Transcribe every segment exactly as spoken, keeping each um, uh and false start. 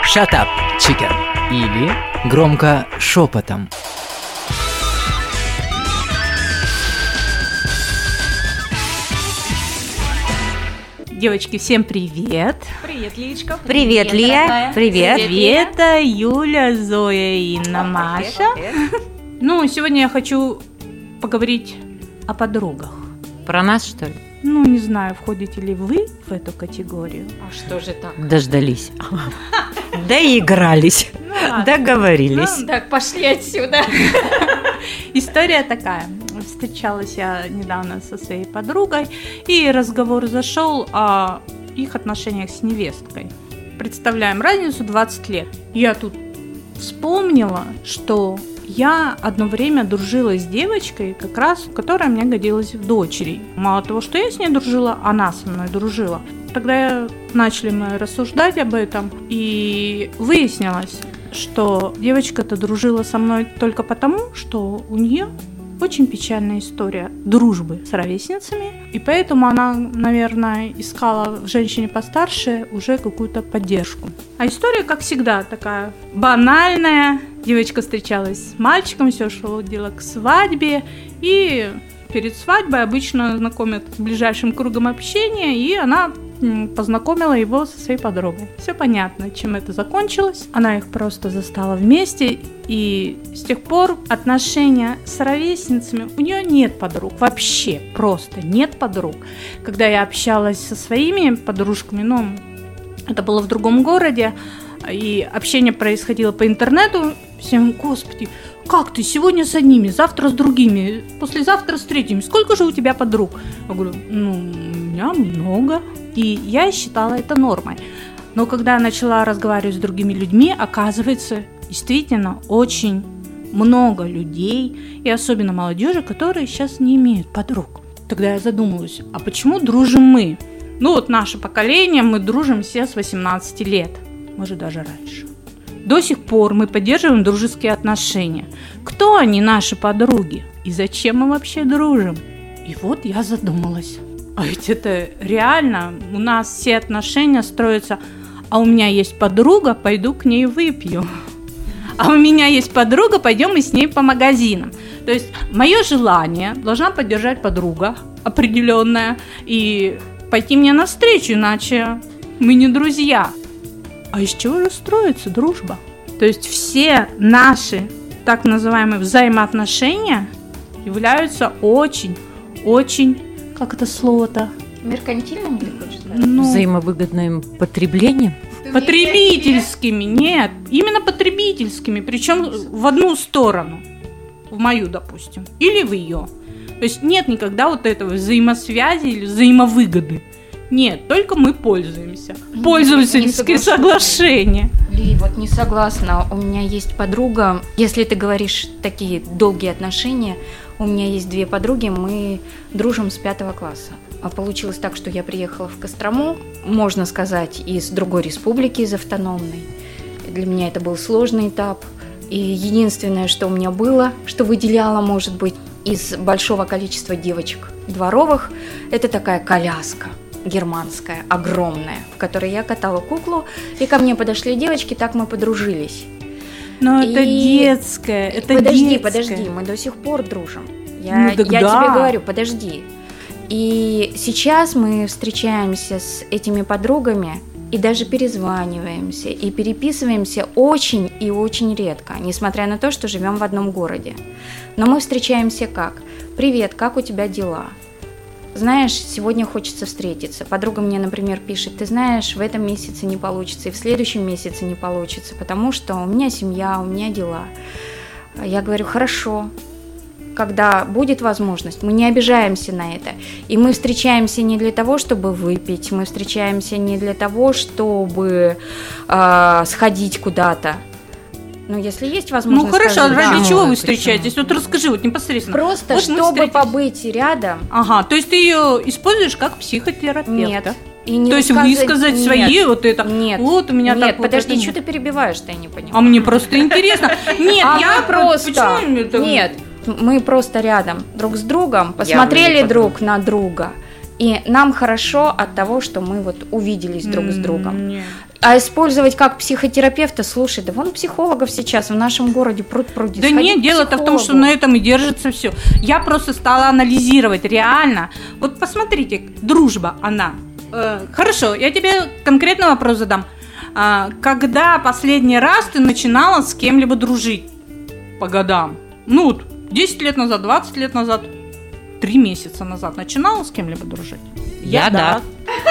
Shut up, chicken. Или громко шепотом. Девочки, всем привет! Привет, Личка! Привет, привет Лия! Дорогая. Привет! Привет, это Юля, Зоя, Инна, О, Маша. Привет, привет. Ну, сегодня я хочу поговорить о подругах. Про нас, что ли? Ну, не знаю, входите ли вы в эту категорию. А что же так? Дождались. Доигрались. Договорились. Ну, так, пошли отсюда. История такая. Встречалась я недавно со своей подругой, и разговор зашел о их отношениях с невесткой. Представляем разницу двадцать лет. Я тут вспомнила, что я одно время дружила с девочкой, как раз, которая мне годилась в дочери. Мало того, что я с ней дружила, она со мной дружила. Тогда начали мы рассуждать об этом, и выяснилось, что девочка-то дружила со мной только потому, что у нее очень печальная история дружбы с ровесницами, и поэтому она, наверное, искала в женщине постарше уже какую-то поддержку. А история, как всегда, такая банальная. Девочка встречалась с мальчиком, все шло дело к свадьбе, и перед свадьбой обычно знакомят с ближайшим кругом общения, и она познакомила его со своей подругой. Все понятно, чем это закончилось. Она их просто застала вместе, и с тех пор отношения с ровесницами, у нее нет подруг, вообще просто нет подруг. Когда я общалась со своими подружками, ну, это было в другом городе, и общение происходило по интернету, всем: господи, как ты сегодня с одними, завтра с другими, послезавтра с третьими, сколько же у тебя подруг? Я говорю, ну, у меня много. И я считала это нормой. Но когда я начала разговаривать с другими людьми, оказывается, действительно очень много людей, и особенно молодежи, которые сейчас не имеют подруг. Тогда я задумалась, а почему дружим мы? Ну вот наше поколение, мы дружим все с восемнадцати лет, может даже раньше. До сих пор мы поддерживаем дружеские отношения. Кто они, наши подруги? И зачем мы вообще дружим? И вот я задумалась. А ведь это реально, у нас все отношения строятся: а у меня есть подруга, пойду к ней выпью. А у меня есть подруга, пойдем мы с ней по магазинам. То есть мое желание должна поддержать подруга определенная и пойти мне навстречу, иначе мы не друзья. А из чего же строится дружба? То есть все наши так называемые взаимоотношения являются очень-очень... Как это слово-то? Меркантильным, ты хочешь сказать? Ну, взаимовыгодным потреблением? потребительскими, нет, именно потребительскими, причем в одну сторону, в мою, допустим, или в ее. То есть нет никогда вот этого взаимосвязи или взаимовыгоды. Нет, только мы пользуемся. Пользовательские соглашения. Ли, вот не согласна. У меня есть подруга. Если ты говоришь такие долгие отношения, у меня есть две подруги, мы дружим с пятого класса. А получилось так, что я приехала в Кострому, можно сказать, из другой республики, из автономной. Для меня это был сложный этап. И единственное, что у меня было, что выделяло, может быть, из большого количества девочек дворовых, это такая коляска германская, огромная, в которой я катала куклу, и ко мне подошли девочки, так мы подружились. Но и... это детское, это подожди, детское. подожди, мы до сих пор дружим. Я, ну, так я да. тебе говорю, подожди. И сейчас мы встречаемся с этими подругами и даже перезваниваемся, и переписываемся очень и очень редко, несмотря на то, что живем в одном городе. Но мы встречаемся как? Привет, как у тебя дела? Знаешь, сегодня хочется встретиться. Подруга мне, например, пишет: ты знаешь, в этом месяце не получится, и в следующем месяце не получится, потому что у меня семья, у меня дела. Я говорю: хорошо, когда будет возможность, мы не обижаемся на это. И мы встречаемся не для того, чтобы выпить, мы встречаемся не для того, чтобы э, сходить куда-то. Ну, если есть возможность... Ну, хорошо, скажи, ради да. чего вы Почему? встречаетесь? Вот расскажи, вот непосредственно. Просто, вот чтобы побыть рядом. Ага, то есть ты ее используешь как психотерапевта? Нет. И не то есть высказать... высказать Нет. свои вот это? Нет. Вот у меня Нет, так вот подожди, это что нет. ты перебиваешь-то, я не понимаю. А мне просто интересно. Нет, А я мы просто... Почему это... Нет, мы просто рядом друг с другом, посмотрели друг на друга. И нам хорошо от того, что мы вот увиделись друг с другом. Нет. А использовать как психотерапевта, слушай, да вон психологов сейчас в нашем городе пруд-пруди. Да нет, дело-то в том, что на этом и держится все. Я просто стала анализировать реально. Вот посмотрите, дружба, она. Э, хорошо, я тебе конкретный вопрос задам. А, когда последний раз ты начинала с кем-либо дружить по годам? Ну, десять лет назад, двадцать лет назад, три месяца назад начинала с кем-либо дружить? Я, я да.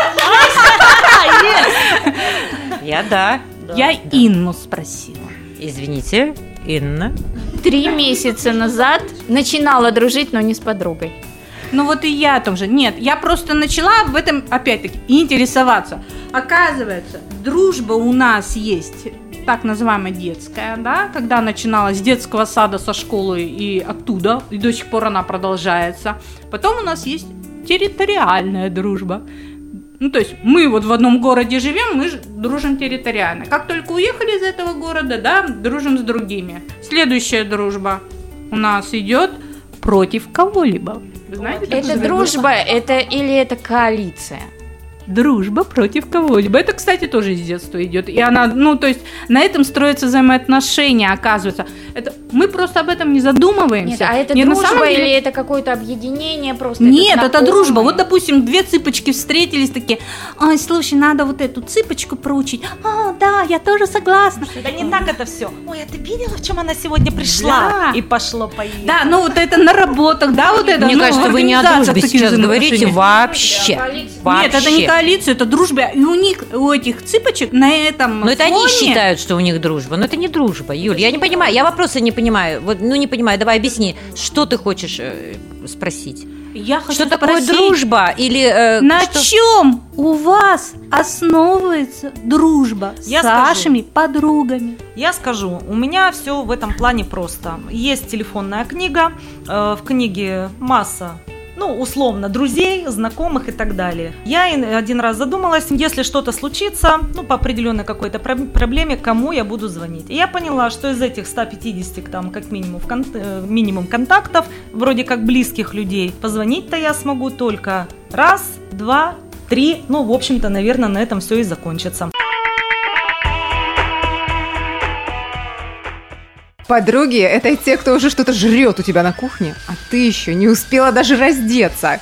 Я да. Я Инну спросила. Извините, Инна. Три месяца назад начинала дружить, но не с подругой. Ну вот и я тоже. Нет, я просто начала в этом, опять-таки, интересоваться. Оказывается, дружба у нас есть так называемая детская, да, когда начиналась с детского сада, со школы и оттуда, и до сих пор она продолжается. Потом у нас есть территориальная дружба. Ну, то есть мы вот в одном городе живем, мы же дружим территориально. Как только уехали из этого города, да, дружим с другими. Следующая дружба у нас идет против кого-либо. Вы знаете, это дружба, это или это коалиция? Дружба против кого-либо. Это, кстати, тоже из детства идет. И она, ну, то есть на этом строятся взаимоотношения, оказывается. Это, мы просто об этом не задумываемся. Нет, а это Нет, дружба на самом деле... или это какое-то объединение просто? Нет, это дружба. Вот, допустим, две цыпочки встретились такие: ой, слушай, надо вот эту цыпочку проучить. А, да, я тоже согласна. Да не так это все. Ой, а ты видела, в чем она сегодня пришла? Да. И пошло поехало. Да, ну вот это на работах, да, вот это. Мне ну, кажется, вы не о дружбе сейчас говорите вообще. Нет, это не коалиция, это дружба. И у них, у этих цыпочек на этом Но это фоне... они считают, что у них дружба. Но это не дружба, Юль. Я не понимаю, я вопросы не понимаю. Вот, ну не понимаю, давай объясни, что ты хочешь э, спросить? Я хочу что такое спросить, дружба? Или, э, на что... чем у вас основывается дружба Я с скажу. вашими подругами? Я скажу, у меня все в этом плане просто. Есть телефонная книга, э, в книге масса, ну, условно, друзей, знакомых и так далее. Я один раз задумалась, если что-то случится, ну, по определенной какой-то проблеме, кому я буду звонить. И я поняла, что из этих ста пятидесяти, там, как минимум, кон- минимум контактов, вроде как близких людей, позвонить-то я смогу только раз, два, три, ну, в общем-то, наверное, на этом все и закончится. Подруги – это те, кто уже что-то жрет у тебя на кухне, а ты еще не успела даже раздеться.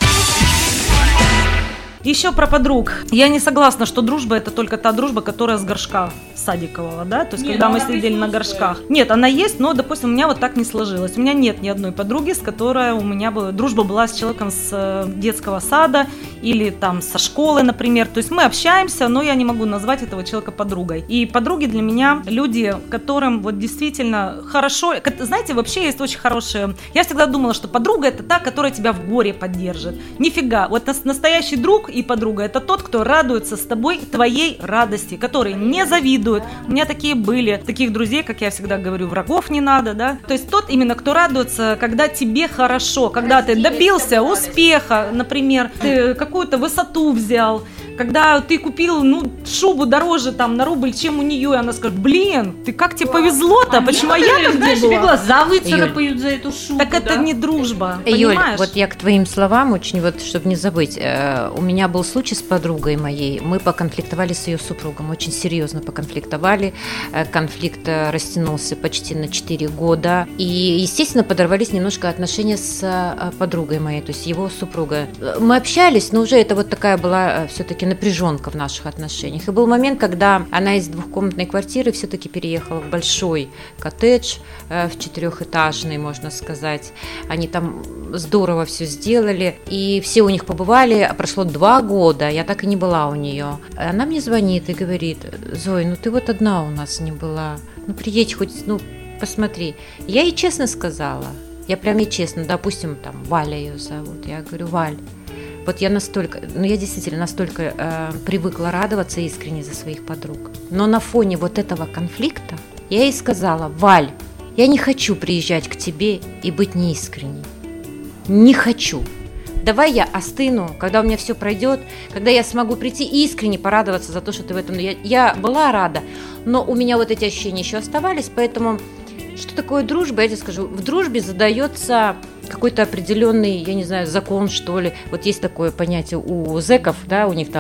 Еще про подруг. Я не согласна, что дружба – это только та дружба, которая с горшка садикового, да? То есть, Нет, когда мы она сидели на присутствует. горшках. Нет, она есть, но, допустим, у меня вот так не сложилось. У меня нет ни одной подруги, с которой у меня бы дружба была с человеком с э, детского сада или там со школы, например. То есть мы общаемся, но я не могу назвать этого человека подругой. И подруги для меня люди, которым вот действительно хорошо... Знаете, вообще есть очень хорошие... Я всегда думала, что подруга – это та, которая тебя в горе поддержит. Нифига. Вот настоящий друг и подруга – это тот, кто радуется с тобой твоей радости, который не завидует. У меня такие были, таких друзей, как я всегда говорю, врагов не надо, да. То есть тот именно, кто радуется, когда тебе хорошо, когда ты добился успеха, например, ты какую-то высоту взял, когда ты купил, ну, шубу дороже там на рубль, чем у нее, и она скажет: блин, ты как тебе повезло-то, почему а я там знаешь, не тебе была? глаза выцарапают за эту шубу. Так это да? не дружба, Юль, понимаешь? вот я к твоим словам очень, вот, чтобы не забыть, э, у меня был случай с подругой моей, мы поконфликтовали с ее супругом, очень серьезно поконфликтовали, э, конфликт э, растянулся почти на четыре года, и, естественно, подорвались немножко отношения с э, подругой моей, то есть его супруга. Мы общались, но уже это вот такая была э, все-таки напряженка в наших отношениях, и был момент, когда она из двухкомнатной квартиры все-таки переехала в большой коттедж, э, в четырехэтажный, можно сказать, они там здорово все сделали, и все у них побывали, прошло два года, я так и не была у нее. Она мне звонит и говорит: Зой, ну ты вот одна у нас не была, ну приедь хоть, ну посмотри. Я ей честно сказала, я прям ей честно, допустим, там Валя ее зовут, я говорю: Валь, вот я настолько, ну я действительно настолько э, привыкла радоваться искренне за своих подруг, но на фоне вот этого конфликта я ей сказала: Валь, я не хочу приезжать к тебе и быть неискренней. Не хочу. Давай я остыну, когда у меня все пройдет, когда я смогу прийти и искренне порадоваться за то, что ты в этом... Я, я была рада, но у меня вот эти ощущения еще оставались, поэтому что такое дружба, я тебе скажу, в дружбе задается какой-то определенный, я не знаю, закон, что ли. Вот есть такое понятие у зэков, да, у них там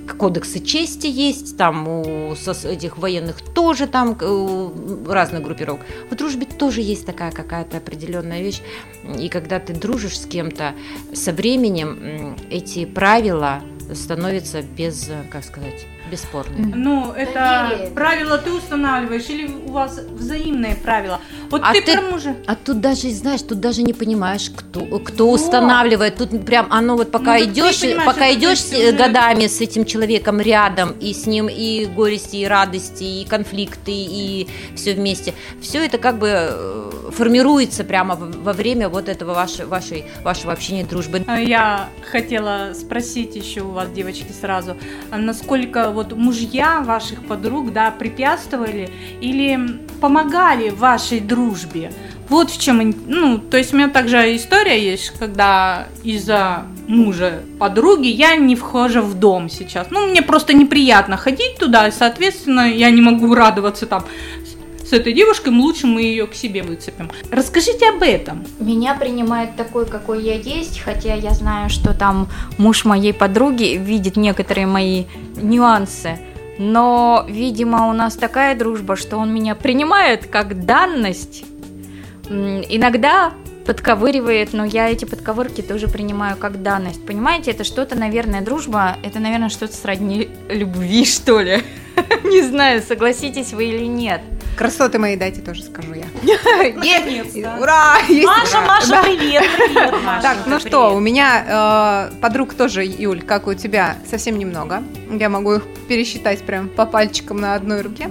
кодексы чести есть, там у этих военных тоже там разных группировок. В дружбе тоже есть такая какая-то определенная вещь. И когда ты дружишь с кем-то, со временем эти правила становятся без, как сказать, бесспорными. Ну, это Доверие. правила ты устанавливаешь или у вас взаимные правила? Вот А ты, ты- прям уже... А тут даже, знаешь, тут даже не понимаешь, кто, кто устанавливает. Тут прям оно вот пока Ну, так ты идешь, понимаешь, пока это идешь ты уже- годами с этим человеком рядом, и с ним и горести, и радости, и конфликты, и все вместе. Все это как бы э, формируется прямо во во время вот этого вашей, вашей, вашего общения, дружбы. Я хотела спросить еще у вас, девочки, сразу, а насколько вот мужья ваших подруг, да, препятствовали или помогали вашей дружбе? Вот в чем, ин- ну, то есть у меня также история есть, когда из-за мужа подруги я не вхожу в дом сейчас. Ну, мне просто неприятно ходить туда, и, соответственно, я не могу радоваться там с этой девушкой, лучше мы ее к себе выцепим. Расскажите об этом. Меня принимают такой, какой я есть, хотя я знаю, что там муж моей подруги видит некоторые мои нюансы. Но, видимо, у нас такая дружба, что он меня принимает как данность. М, Иногда подковыривает, но я эти подковырки тоже принимаю как данность. Понимаете, это что-то, наверное, дружба, это, наверное, что-то сродни любви, что ли. Не знаю, согласитесь вы или нет. Красоты мои дайте тоже скажу я. Наконец-то. Ура! Есть Маша, ура. Маша, Да. привет, привет, Маша. Так, ну что, у меня э, подруг тоже, Юль, как у тебя, совсем немного. Я могу их пересчитать прям по пальчикам на одной руке.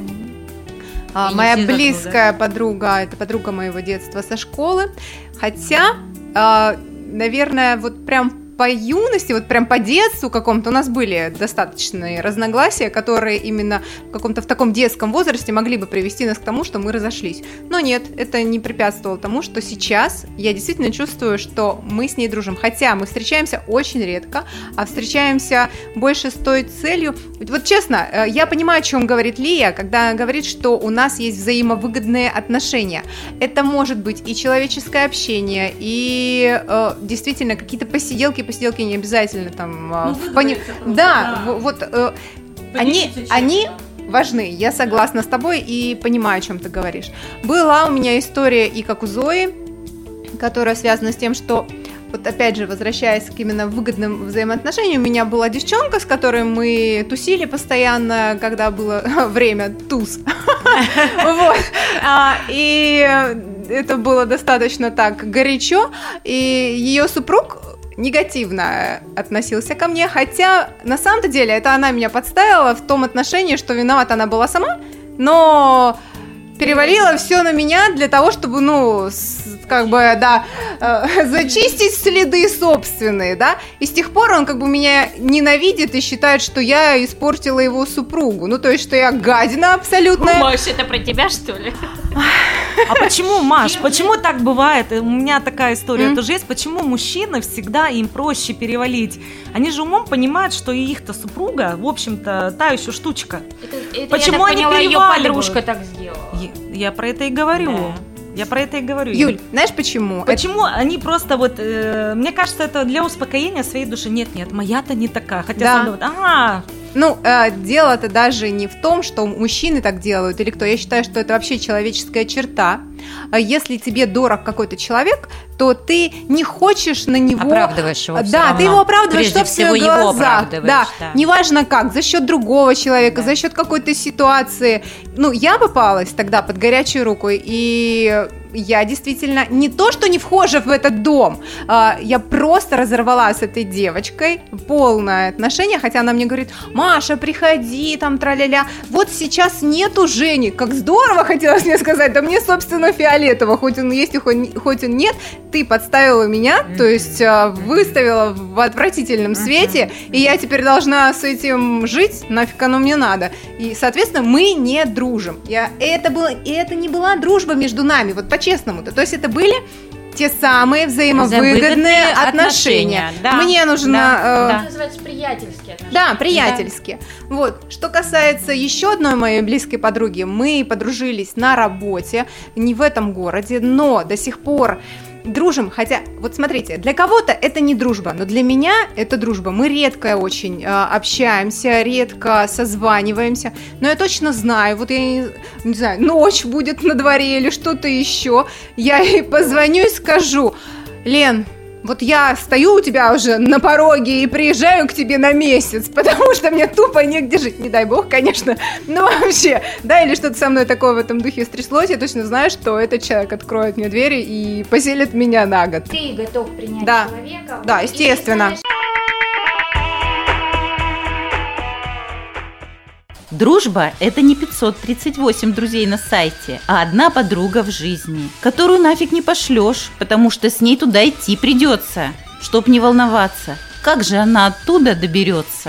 А, И не моя все заодно, близкая подруга, это подруга моего детства со школы. Хотя, э, наверное, вот прям по юности, вот прям по детству каком-то у нас были достаточные разногласия, которые именно в каком-то в таком детском возрасте могли бы привести нас к тому, что мы разошлись. Но нет, это не препятствовало тому, что сейчас я действительно чувствую, что мы с ней дружим. Хотя мы встречаемся очень редко, а встречаемся больше с той целью. Вот честно, э, я понимаю, о чем говорит Лия, когда она говорит, что у нас есть взаимовыгодные отношения. Это может быть и человеческое общение, и э, действительно какие-то посиделки, посиделки не обязательно там э, Ну, в пони- выговориться просто, да, да. в- вот э, они, Поделиться чем-то. они важны, я согласна с тобой и понимаю, о чем ты говоришь. Была у меня история и как у Зои, которая связана с тем, что вот опять же, возвращаясь к именно выгодным взаимоотношениям, у меня была девчонка, с которой мы тусили постоянно, когда было время туз. Вот. А, И это было достаточно так горячо, и ее супруг негативно относился ко мне, хотя на самом-то деле это она меня подставила в том отношении, что виновата она была сама, но перевалило все на меня для того, чтобы, ну, с- как бы, да, э, зачистить следы собственные, да, и с тех пор он как бы меня ненавидит и считает, что я испортила его супругу, ну, то есть, что я гадина абсолютная. Маш, это про тебя, что ли? А почему, Маш, почему так бывает? У меня такая история М? тоже есть. Почему мужчины всегда им проще перевалить? Они же умом понимают, что и их-то супруга, в общем-то, та еще штучка. Это, это, Почему я так они поняла, ее переваливают? подружка так сделала. Я, я про это и говорю. Да. Я про это и говорю. Юль, знаешь почему? Почему они просто вот, э, мне кажется, это для успокоения своей души. Нет, нет, моя-то не такая. Хотя Да. сам думает, ага, Ну, э, дело-то даже не в том, что мужчины так делают или кто. Я считаю, что это вообще человеческая черта. А Если тебе дорог какой-то человек, то ты не хочешь на него... Оправдываешь его всё Да, равно. ты его оправдываешь Прежде в собственных всего его глазах. оправдываешь, Да, да. неважно как, за счет другого человека, Да. за счет какой-то ситуации. Ну, я попалась тогда под горячую руку, и я действительно не то, что не вхожа в этот дом, а, я просто разорвала с этой девочкой полное отношение, хотя она мне говорит: Маша, приходи, там, тра-ля-ля. Вот сейчас нету Жени. Как здорово, хотелось мне сказать. Да мне, собственно, фиолетово. Хоть он есть, и хоть хоть он нет. Ты подставила меня, то есть а, выставила в отвратительном свете, и я теперь должна с этим жить. Нафиг оно мне надо. И, соответственно, мы не дружим. Я, это, было, и это не была дружба между нами, вот по-честному-то. То есть это были те самые взаимовыгодные Взаимовыгодные отношения. отношения, да. Мне нужно... э, Это называется приятельские отношения. да, приятельски. Вот. Что касается еще одной моей близкой подруги, мы подружились на работе, не в этом городе, но до сих пор дружим, хотя, вот смотрите, для кого-то это не дружба, но для меня это дружба. Мы редко очень э, общаемся, редко созваниваемся, но я точно знаю, вот я не, не знаю, ночь будет на дворе или что-то еще, я ей позвоню и скажу: Лен, вот я стою у тебя уже на пороге и приезжаю к тебе на месяц, потому что мне тупо негде жить, не дай бог, конечно, но вообще, да, или что-то со мной такое в этом духе стряслось, я точно знаю, что этот человек откроет мне двери и поселит меня на год. Ты готов принять Да. человека. Да, и естественно. ты знаешь, Дружба – это не пятьсот тридцать восемь друзей на сайте, а одна подруга в жизни, которую нафиг не пошлешь, потому что с ней туда идти придется, чтоб не волноваться. Как же она оттуда доберется?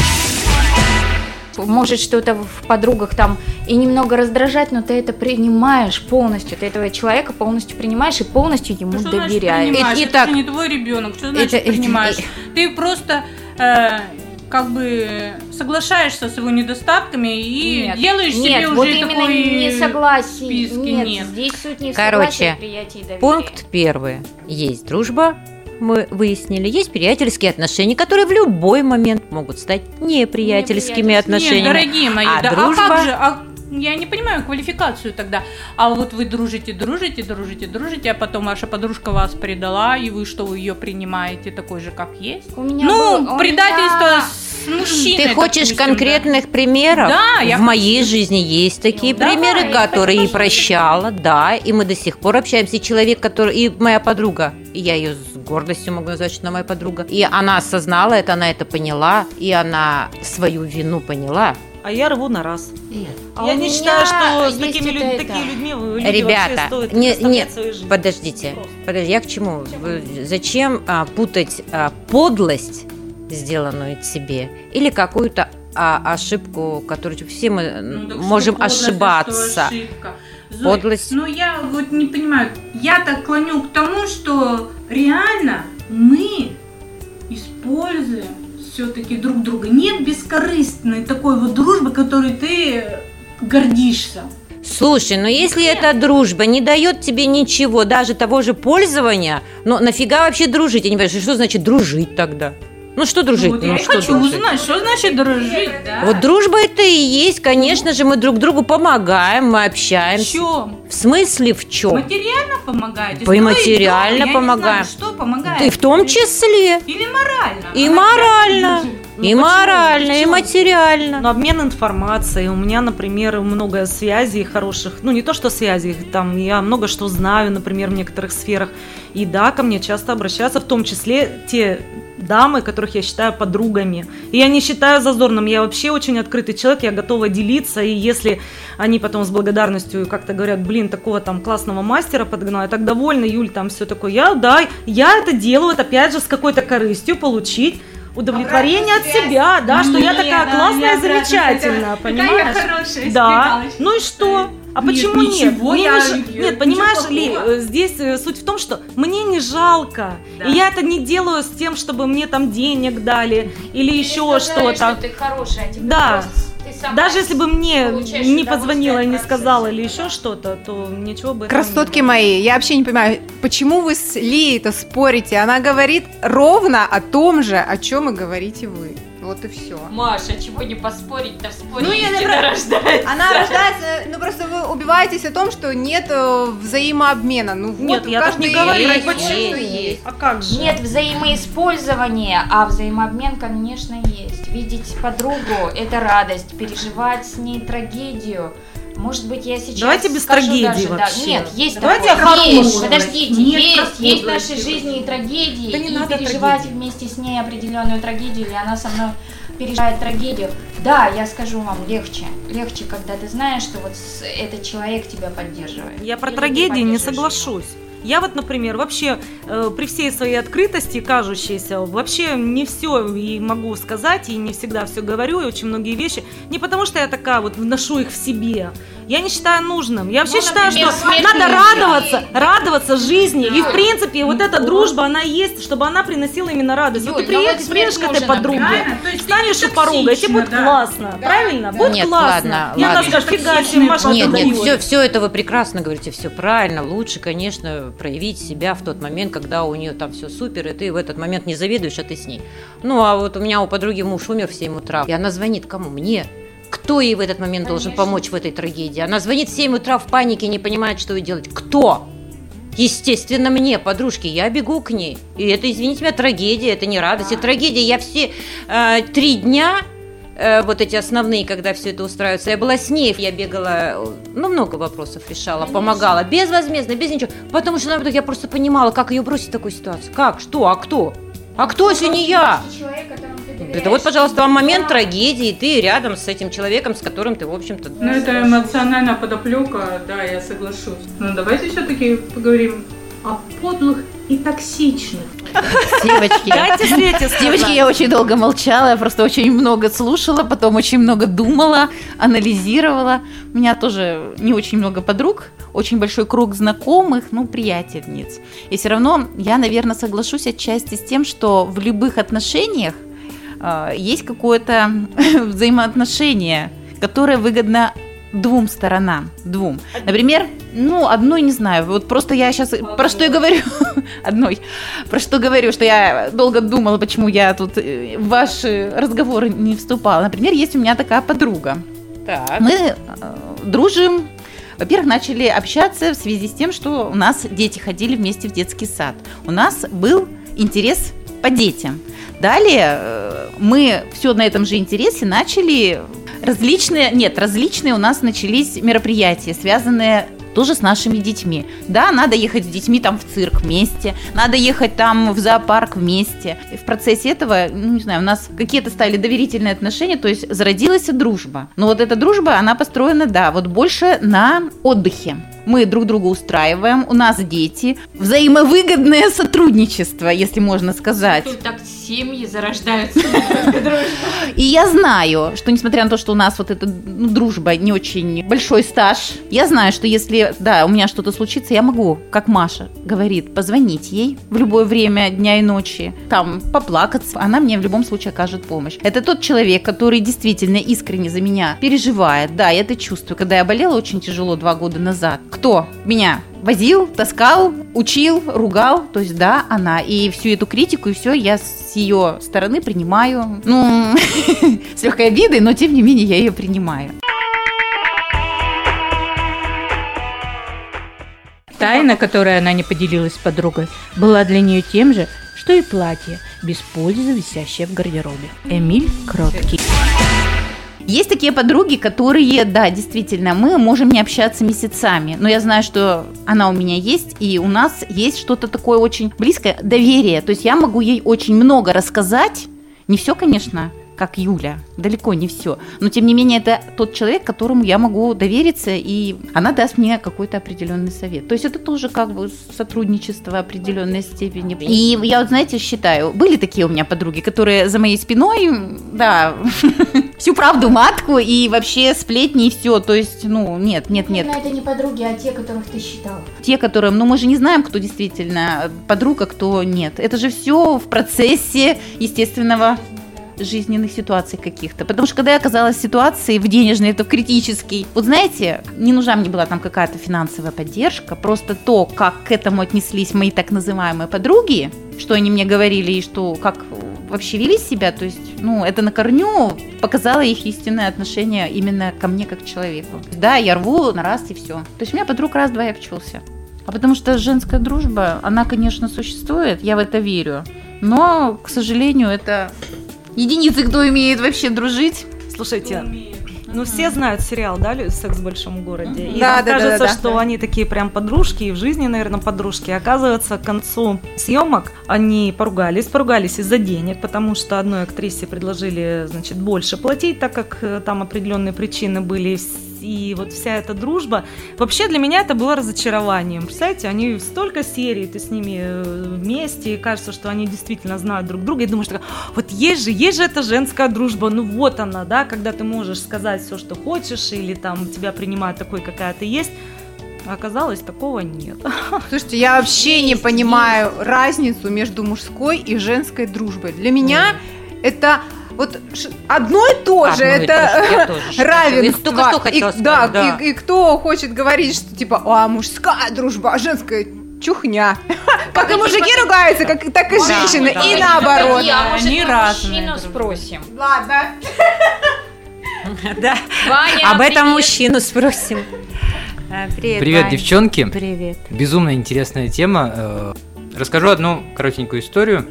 может что-то в подругах там и немного раздражать, но ты это принимаешь полностью, ты этого человека полностью принимаешь и полностью ему Что значит доверяешь. принимаешь? И- Это итак, же не твой ребенок. Что значит это- принимаешь? это- Ты просто э, как бы соглашаешься с его недостатками и Нет, делаешь нет, себе вот уже именно такой не согласие. списки. Нет, Нет. здесь суть не в Короче, согласии, приятии и доверии. Пункт первый. Есть дружба, мы выяснили. Есть приятельские отношения, которые в любой момент могут стать неприятельскими Неприятельскими. отношениями. Нет, дорогие мои, А да, дружба? а как же? А я не понимаю квалификацию тогда. А вот вы дружите, дружите, дружите, дружите, а потом ваша подружка вас предала, и вы что, вы ее принимаете такой же, как есть? У меня Ну, был- у предательство меня- с мужчиной. Ты хочешь допустим, конкретных примеров? Да, я В моей жизни есть такие Ну, давай, примеры, я которые и хочу прощала, да, и мы до сих пор общаемся. И человек, который, и моя подруга, и я ее с гордостью могу назвать, что она моя подруга, и она осознала это, она это поняла, и она свою вину поняла. А я рву на раз. А я у не меня считаю, что с есть такими это, людьми, это. такие людьми люди Ребята, вообще стоит не, оставлять нет, свою жизнь. подождите, Просто. подожди, я к чему? Вы- Зачем а, путать а, подлость, сделанную тебе, или какую-то а, ошибку, которую все мы Ну, так можем что подлость, а ошибаться? что ошибка? Зоя, Подлость. Ну, я вот не понимаю. Я так клоню к тому, что реально мы используем все-таки друг друга. Нет бескорыстной такой вот дружбы, которой ты гордишься. Слушай, ну если эта дружба не дает тебе ничего, даже того же пользования, ну нафига вообще дружить? Я не понимаю, что значит дружить тогда? Ну что дружить? Вот ну, я и что хочу дружить? узнать, что значит дружить, да? Вот дружба это и есть, конечно же, мы друг другу помогаем, мы В общаемся. чем? В смысле в чем? Материально помогаете? По- Стоит материально дома, я помогаем. Не знаю, что помогает? И в том числе. Или морально? И Она морально. тебя держит. Ну, И почему? морально, и Почему? материально. Ну, обмен информацией. У меня, например, много связей хороших. Ну, не то, что связей, там я много что знаю, например, в некоторых сферах. И да, ко мне часто обращаются, в том числе те дамы, которых я считаю подругами. И я не считаю зазорным, я вообще очень открытый человек, я готова делиться, и если они потом с благодарностью как-то говорят, блин, такого там классного мастера подогнала, я так довольна, Юль, там все такое, я, да, я это делаю, это опять же с какой-то корыстью получить удовлетворение от себя, да, что я Нет, такая да, классная и я обратно замечательная, такая, понимаешь? какая я хорошая, Да, испугалась. ну и что? А Нет, почему нет? ничего, Мне я- не ж- я- Нет, понимаешь ничего ли, плохого. э, здесь э, суть в том, что мне не жалко. Да. И я это не делаю с тем, чтобы мне там денег дали или еще сказали, что-то. что ты хорошая, а тебе Да. просто ты сама Даже если бы мне получаешь не удовольствие позвонила и не от сказала процесса. или еще что-то, то ничего бы этого не Красотки было. мои, я вообще не понимаю, почему вы с Лией-то спорите? Она говорит ровно о том же, о чем и говорите вы. Вот и все. Маша, чего не поспорить-то, спорить Ну, я истина напра- рождается. Она рождается, ну просто вы убиваетесь о том, что нет э, взаимообмена. Ну Нет, вот, я так каждый не говорю. есть, Почему? есть, есть. А как же? Нет взаимоиспользования, а взаимообмен, конечно, есть. Видеть подругу – это радость, переживать с ней трагедию. Может быть, я сейчас Давайте без скажу трагедии даже, да, вообще. нет, есть Давайте такое. о Есть, хорошем. подождите, Нет, есть, про есть в подлости. нашей жизни и трагедии, Да не и надо переживать трагедии. вместе с ней определенную трагедию, или она со мной переживает трагедию. Да, я скажу вам, легче. Легче, когда ты знаешь, что вот с- этот человек тебя поддерживает. Я про Или ты трагедии не поддерживаешь соглашусь. Я вот, например, вообще э, при всей своей открытости, кажущейся, вообще не все и могу сказать, и не всегда все говорю, и очень многие вещи, не потому что я такая вот вношу их в себе. Я не считаю нужным. Я вообще Ну, считаю, например, что смешные надо вещи. радоваться, радоваться жизни. И в Юль, принципе, вот эта вот. дружба, она есть, чтобы она приносила именно радость. Вот Юль, ты ну вот приедешь, приедешь к смешно этой же, подруге, Правильно? То есть станешь ты у порога, и тебе будет токсична, да. классно. Правильно? Будет Нет, классно. ладно, И она ладно. скажет, фига себе, Токсичная Маша, Нет, ты нет, даёшь». все, все это вы прекрасно говорите, все правильно, лучше, конечно, проявить себя в тот момент, когда у нее там все супер, и ты в этот момент не завидуешь, а ты с ней. Ну, а вот у меня у подруги муж умер в семь утра, и она звонит кому? Мне. Кто ей в этот момент Конечно. должен помочь в этой трагедии? Она звонит в семь утра в панике, не понимает, что ей делать. Кто? Естественно, мне, подружки, я бегу к ней. И это, извините меня, трагедия, это не радость, это трагедия. Я все э, три дня, э, вот эти основные, когда все это устраивается, я была с ней, я бегала, ну, много вопросов решала, Конечно. помогала, безвозмездно, без ничего. Потому что я просто понимала, как ее бросить в такую ситуацию. Как? Что? А кто? А кто, если не я? Это вот, пожалуйста, вам момент трагедии, ты рядом с этим человеком, с которым ты, в общем-то... Ну, это эмоциональная подоплека, да, я соглашусь. Ну, давайте все-таки поговорим о подлых и токсичных. Девочки, девочки, я очень долго молчала, я просто очень много слушала, потом очень много думала, анализировала. У меня тоже не очень много подруг, очень большой круг знакомых, ну, приятельниц. И все равно я, наверное, соглашусь отчасти с тем, что в любых отношениях э, есть какое-то взаимоотношение, которое выгодно двум сторонам, двум. Например, ну, одной не знаю, вот просто я сейчас, про что я говорю, одной, про что говорю, что я долго думала, почему я тут в ваши разговоры не вступала. Например, есть у меня такая подруга. Так. Мы э, дружим. Во-первых, начали общаться в связи с тем, что у нас дети ходили вместе в детский сад. У нас был интерес по детям. Далее э, мы все на этом же интересе начали различные, нет, различные у нас начались мероприятия, связанные тоже с нашими детьми. Да, надо ехать с детьми там в цирк вместе, надо ехать там в зоопарк вместе. И в процессе этого, ну, не знаю, у нас какие-то стали доверительные отношения, то есть зародилась дружба. Но вот эта дружба, она построена, да, вот больше на отдыхе. Мы друг друга устраиваем, у нас дети, взаимовыгодное сотрудничество, если можно сказать. Тут так семьи зарождаются. И я знаю, что несмотря на то, что у нас вот эта ну, дружба не очень большой стаж, я знаю, что если, да, у меня что-то случится, я могу, как Маша говорит, позвонить ей в любое время дня и ночи, там, поплакаться, она мне в любом случае окажет помощь. Это тот человек, который действительно искренне за меня переживает, да, я это чувствую. Когда я болела очень тяжело два года назад, кто меня возил, таскал, учил, ругал, то есть да, она. И всю эту критику, и все я с ее стороны принимаю, ну, с легкой обидой, но тем не менее я ее принимаю. Тайна, которой она не поделилась с подругой, была для нее тем же, что и платье, без пользы висящее в гардеробе. Эмиль Кроткий. Есть такие подруги, которые, да, действительно, мы можем не общаться месяцами, но я знаю, что она у меня есть, и у нас есть что-то такое очень близкое, доверие. То есть я могу ей очень много рассказать, не все, конечно, как Юля, далеко не все, но тем не менее это тот человек, которому я могу довериться, и она даст мне какой-то определенный совет. То есть это тоже как бы сотрудничество определенной степени. И я вот, знаете, считаю, были такие у меня подруги, которые за моей спиной, да, всю правду матку и вообще сплетни и все. То есть, ну, нет, нет, нет. Но это не подруги, а те, которых ты считал. Те, которые, ну, мы же не знаем, кто действительно подруга, кто нет. Это же все в процессе естественного жизненных ситуаций каких-то. Потому что когда я оказалась в ситуации в денежной, это в критической, вот знаете, не нужна мне была там какая-то финансовая поддержка, просто то, как к этому отнеслись мои так называемые подруги, что они мне говорили и что, как вообще вели себя, то есть, ну, это на корню показало их истинное отношение именно ко мне как к человеку. Да, я рву на раз и все. То есть у меня подруг раз-два и обчелся. А потому что женская дружба, она, конечно, существует, я в это верю, но, к сожалению, это единицы, кто умеет вообще дружить. Слушайте, ну все знают сериал, да, «Секс в большом городе». И да, нам да, кажется, да, да, что да. они такие прям подружки, и в жизни, наверное, подружки. Оказывается, к концу съемок они поругались, поругались из-за денег, потому что одной актрисе предложили, значит, больше платить, так как там определенные причины были. И вот вся эта дружба, вообще для меня это было разочарованием. Представляете, они столько серий, ты с ними вместе, и кажется, что они действительно знают друг друга, и думаешь, вот есть же, есть же эта женская дружба, ну вот она, да, когда ты можешь сказать все, что хочешь, или там тебя принимают такой, какая ты есть. А оказалось, такого нет. Слушайте, я вообще не понимаю разницу между мужской и женской дружбой. Для меня это... Вот одно и то же, это равенство. Только что хотела и, сказать, да, да. И, и кто хочет говорить, что типа, а мужская дружба, а женская, чухня. Как и мужики ругаются, как, так и женщины, да, и да. наоборот. А может, Они мы разные мужчину друг спросим? Ладно. Да. Ваня, Об этом привет. мужчину спросим. А, Привет, Привет, Вань. девчонки. Привет. Безумно интересная тема. Э, Расскажу одну коротенькую историю.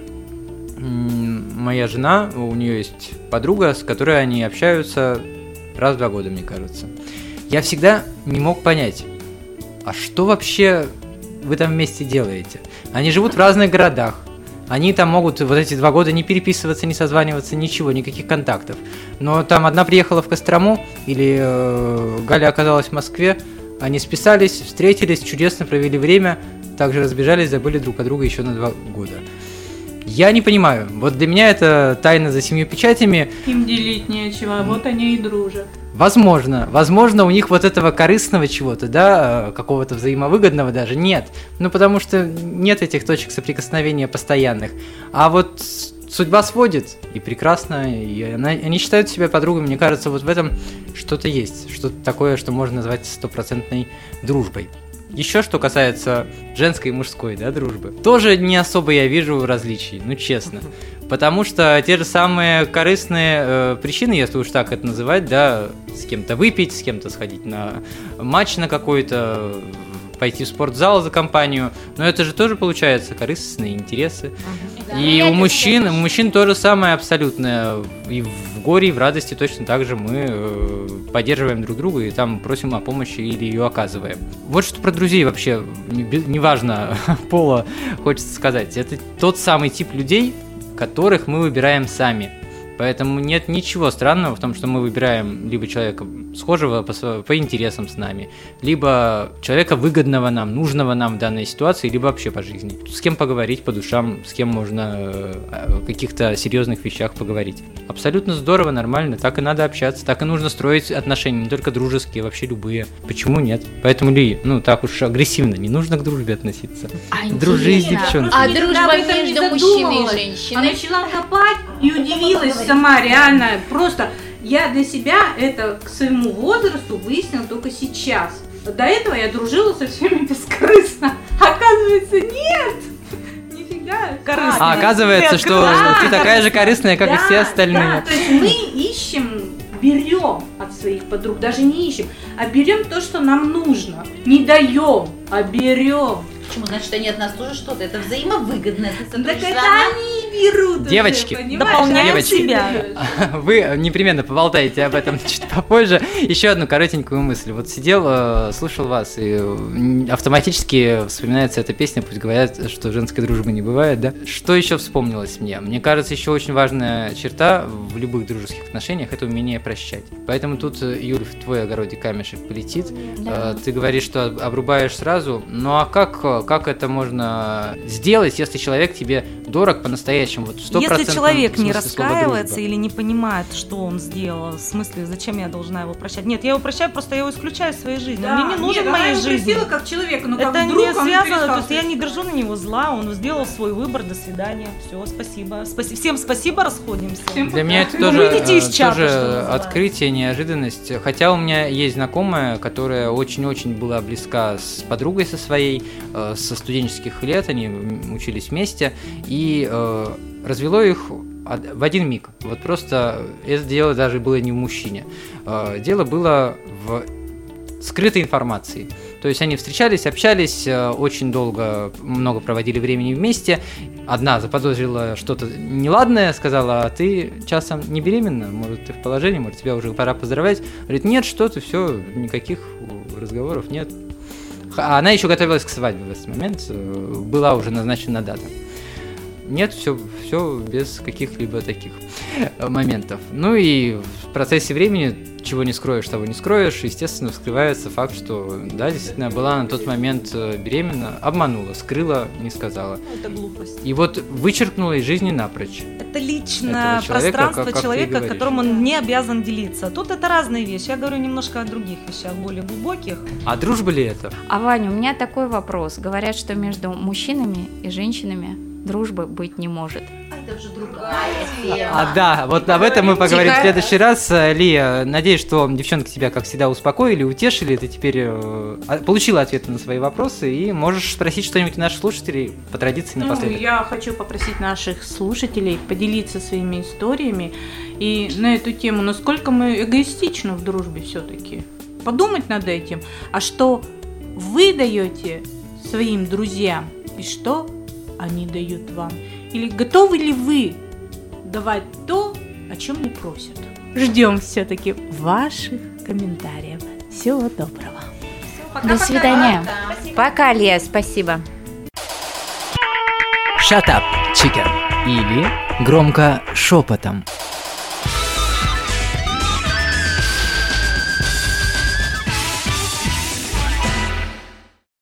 М, Моя жена, у нее есть подруга, с которой они общаются раз в два года, мне кажется. Я всегда не мог понять, а что вообще вы там вместе делаете? Они живут в разных городах. Они там могут вот эти два года не переписываться, не созваниваться, ничего, никаких контактов. Но там одна приехала в Кострому, или э, Галя оказалась в Москве, они списались, встретились, чудесно провели время, также разбежались, забыли друг о друга еще на два года. Я не понимаю, вот для меня это тайна за семью печатями. Им делить нечего, вот они и дружат. Возможно, возможно, у них вот этого корыстного чего-то, да, какого-то взаимовыгодного даже нет. Ну, потому что нет этих точек соприкосновения постоянных. А вот судьба сводит, и прекрасно, и она, они считают себя подругами. Мне кажется, вот в этом что-то есть, что-то такое, что можно назвать стопроцентной дружбой. Еще что касается женской и мужской, да, дружбы, тоже не особо я вижу различий, ну честно. Потому что те же самые корыстные э, причины, если уж так это называть, да, с кем-то выпить, с кем-то сходить на матч на какой-то, пойти в спортзал за компанию, но это же тоже получается корыстные интересы. Да. И Ну, у я мужчин, это у мужчин то же самое абсолютно. И в горе, и в радости точно так же мы э, поддерживаем друг друга и там просим о помощи или ее оказываем. Вот что про друзей вообще, неважно пола, хочется сказать. Это тот самый тип людей, которых мы выбираем сами. Поэтому нет ничего странного в том, что мы выбираем либо человека схожего по, по интересам с нами, либо человека выгодного нам, нужного нам в данной ситуации, либо вообще по жизни. С кем поговорить по душам, с кем можно о каких-то серьезных вещах поговорить. Абсолютно здорово, нормально, так и надо общаться, так и нужно строить отношения, не только дружеские, вообще любые. Почему нет? Поэтому, Ли, ну так уж агрессивно, не нужно к дружбе относиться. А, Дружи с интересно. девчонкой. А Никогда дружба об этом не между мужчиной и задумывалась. А женщиной? начала копать и удивилась сама, реально. Просто я для себя это к своему возрасту выяснила только сейчас. До этого я дружила со всеми бескорыстно. Оказывается, нет! Нифига. Корыстно. А оказывается, что Да. ты такая же корыстная, как и все Да, остальные. да, то есть мы ищем, берем от своих подруг, даже не ищем, а берем то, что нам нужно. Не даем, а берем. Почему? Значит, они от нас тоже что-то. Это взаимовыгодно. Это Так сотрудничество. это они берут. уже, Девочки, понимаешь? дополняют А ты себя. даёшь. Вы непременно поболтаете об этом чуть попозже. Еще одну коротенькую мысль. Вот сидел, э, слушал вас, и э, автоматически вспоминается эта песня, пусть говорят, что женской дружбы не бывает, да? Что еще вспомнилось мне? Мне кажется, еще очень важная черта в любых дружеских отношениях – это умение прощать. Поэтому тут, э, Юль, в твой огороде камешек полетит. Да. Э, Ты говоришь, что обрубаешь сразу. Ну а как, как это можно сделать, если человек тебе дорог по-настоящему? Вот сто процентов Если человек в не смысле слова раскаивается дружба. или не понимает, что он сделал, в смысле, зачем я должна его прощать? Нет, я его прощаю, просто я его исключаю из своей жизни. Да, он мне не нужен нет, в моей она его жизни. простила как человека, но как Это друг не он связано, перестал то есть я не существовать. держу на него зла, он сделал свой выбор, до свидания, все, спасибо. Спаси- Всем спасибо, расходимся. Всем Для меня это Ну, тоже, выйдите из э, чата, тоже что называется. открытие, неожиданность. Хотя у меня есть знакомая, которая очень-очень была близка с подругой со своей, э, со студенческих лет, они учились вместе, и э, развело их од- в один миг. Вот просто это дело даже было не в мужчине. Э, дело было в скрытой информации. То есть они встречались, общались, э, очень долго, много проводили времени вместе. Одна заподозрила что-то неладное, сказала: а ты часом не беременна? Может, ты в положении, может, тебя уже пора поздравлять? Говорит: нет, что ты, все, никаких разговоров нет. А она еще готовилась к свадьбе в этот момент, э, была уже назначена дата. Нет, все, все без каких-либо таких моментов. Ну и в процессе времени, чего не скроешь, того не скроешь, естественно, вскрывается факт, что да, действительно была на тот момент беременна, обманула, скрыла, не сказала. Это глупость. И вот вычеркнула из жизни напрочь. Это личное Этого человека, пространство как- как ты и человека, говоришь. которым он не обязан делиться. Тут это разные вещи. Я говорю немножко о других вещах, более глубоких. А дружба ли это? А, Ваня, у меня такой вопрос. Говорят, что между мужчинами и женщинами дружбы быть не может. Это уже другая тема. А, да, вот об этом мы поговорим Тихо. в следующий раз. Лия, надеюсь, что девчонки тебя, как всегда, успокоили, утешили. Ты теперь э, получила ответы на свои вопросы и можешь спросить что-нибудь у наших слушателей по традиции Ну, напоследок. я хочу попросить наших слушателей поделиться своими историями и на эту тему, насколько мы эгоистичны в дружбе все-таки. Подумать над этим, а что вы даете своим друзьям и что они дают вам? Или готовы ли вы давать то, о чем не просят? Ждем все-таки ваших комментариев. Всего доброго. До свидания. Пока, Лия, спасибо. Shut up, chicken. Или громко шепотом.